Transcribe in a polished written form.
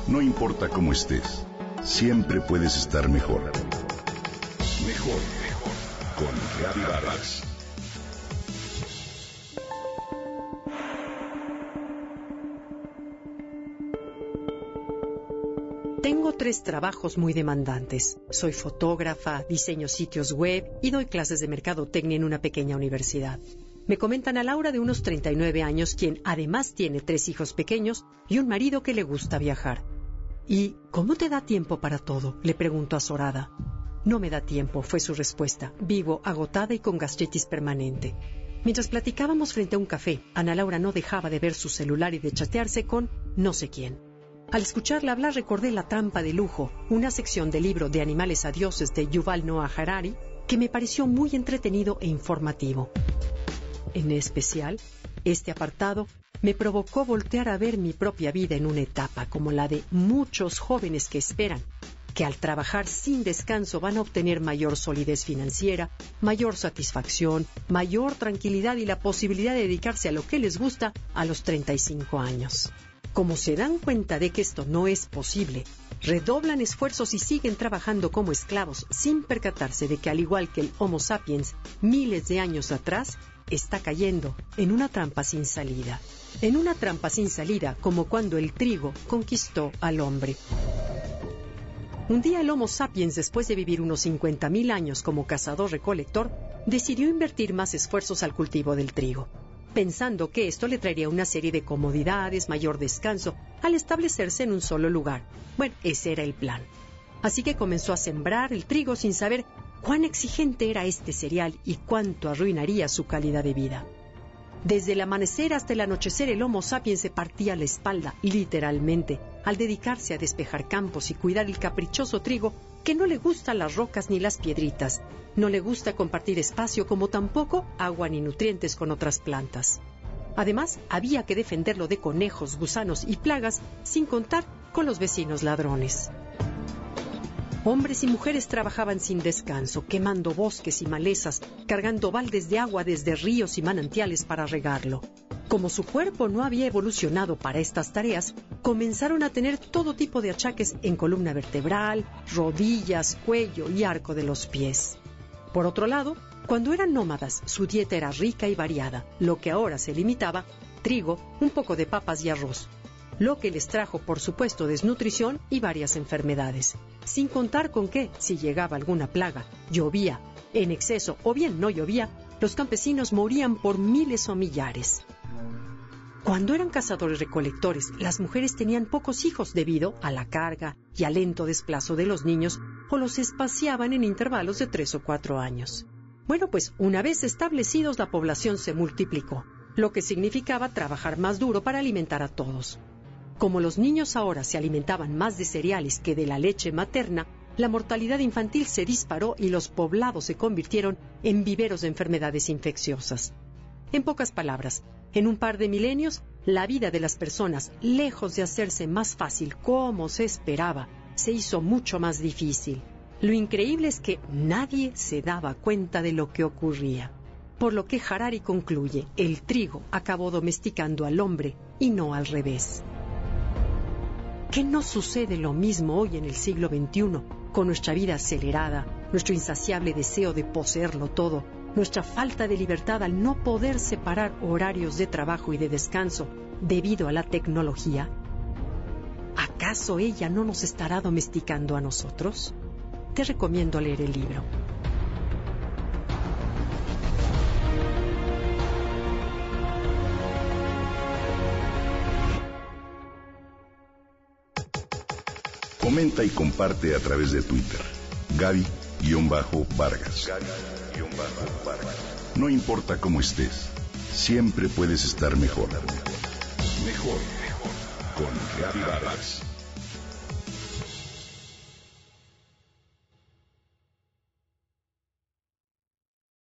No importa cómo estés, siempre puedes estar mejor. Mejor, mejor. Con Gaby Vargas. Tengo 3 trabajos muy demandantes. Soy fotógrafa, diseño sitios web y doy clases de mercadotecnia en una pequeña universidad. Me comentan a Laura de unos 39 años, quien además tiene 3 hijos pequeños y un marido que le gusta viajar. ¿Y cómo te da tiempo para todo?, le pregunto azorada. No me da tiempo, fue su respuesta. Vivo agotada y con gastritis permanente. Mientras platicábamos frente a un café, Ana Laura no dejaba de ver su celular y de chatearse con no sé quién. Al escucharla hablar recordé La trampa de lujo, una sección del libro De animales a dioses de Yuval Noah Harari, que me pareció muy entretenido e informativo. En especial, este apartado me provocó voltear a ver mi propia vida en una etapa como la de muchos jóvenes que esperan que al trabajar sin descanso van a obtener mayor solidez financiera, mayor satisfacción, mayor tranquilidad y la posibilidad de dedicarse a lo que les gusta a los 35 años. Como se dan cuenta de que esto no es posible, redoblan esfuerzos y siguen trabajando como esclavos sin percatarse de que, al igual que el Homo sapiens miles de años atrás, está cayendo en una trampa sin salida. En una trampa sin salida, como cuando el trigo conquistó al hombre. Un día el Homo sapiens, después de vivir unos 50.000 años como cazador-recolector, decidió invertir más esfuerzos al cultivo del trigo, pensando que esto le traería una serie de comodidades, mayor descanso, al establecerse en un solo lugar. Bueno, ese era el plan. Así que comenzó a sembrar el trigo sin saber cuán exigente era este cereal y cuánto arruinaría su calidad de vida. Desde el amanecer hasta el anochecer el Homo sapiens se partía la espalda, literalmente, al dedicarse a despejar campos y cuidar el caprichoso trigo que no le gustan las rocas ni las piedritas, no le gusta compartir espacio como tampoco agua ni nutrientes con otras plantas. Además, había que defenderlo de conejos, gusanos y plagas, sin contar con los vecinos ladrones. Hombres y mujeres trabajaban sin descanso, quemando bosques y malezas, cargando baldes de agua desde ríos y manantiales para regarlo. Como su cuerpo no había evolucionado para estas tareas, comenzaron a tener todo tipo de achaques en columna vertebral, rodillas, cuello y arco de los pies. Por otro lado, cuando eran nómadas, su dieta era rica y variada, lo que ahora se limitaba: trigo, un poco de papas y arroz. Lo que les trajo, por supuesto, desnutrición y varias enfermedades. Sin contar con que, si llegaba alguna plaga, llovía en exceso o bien no llovía, los campesinos morían por miles o millares. Cuando eran cazadores-recolectores, las mujeres tenían pocos hijos debido a la carga y al lento desplazo de los niños, o los espaciaban en intervalos de 3 o 4 años. Bueno, pues una vez establecidos, la población se multiplicó, lo que significaba trabajar más duro para alimentar a todos. Como los niños ahora se alimentaban más de cereales que de la leche materna, la mortalidad infantil se disparó y los poblados se convirtieron en viveros de enfermedades infecciosas. En pocas palabras, en un par de milenios, la vida de las personas, lejos de hacerse más fácil como se esperaba, se hizo mucho más difícil. Lo increíble es que nadie se daba cuenta de lo que ocurría. Por lo que Harari concluye, el trigo acabó domesticando al hombre y no al revés. ¿Qué no sucede lo mismo hoy en el siglo XXI, con nuestra vida acelerada, nuestro insaciable deseo de poseerlo todo, nuestra falta de libertad al no poder separar horarios de trabajo y de descanso debido a la tecnología? ¿Acaso ella no nos estará domesticando a nosotros? Te recomiendo leer el libro. Comenta y comparte a través de Twitter. Gaby-Vargas. No importa cómo estés, siempre puedes estar mejor. Mejor, mejor. Con Gaby Vargas.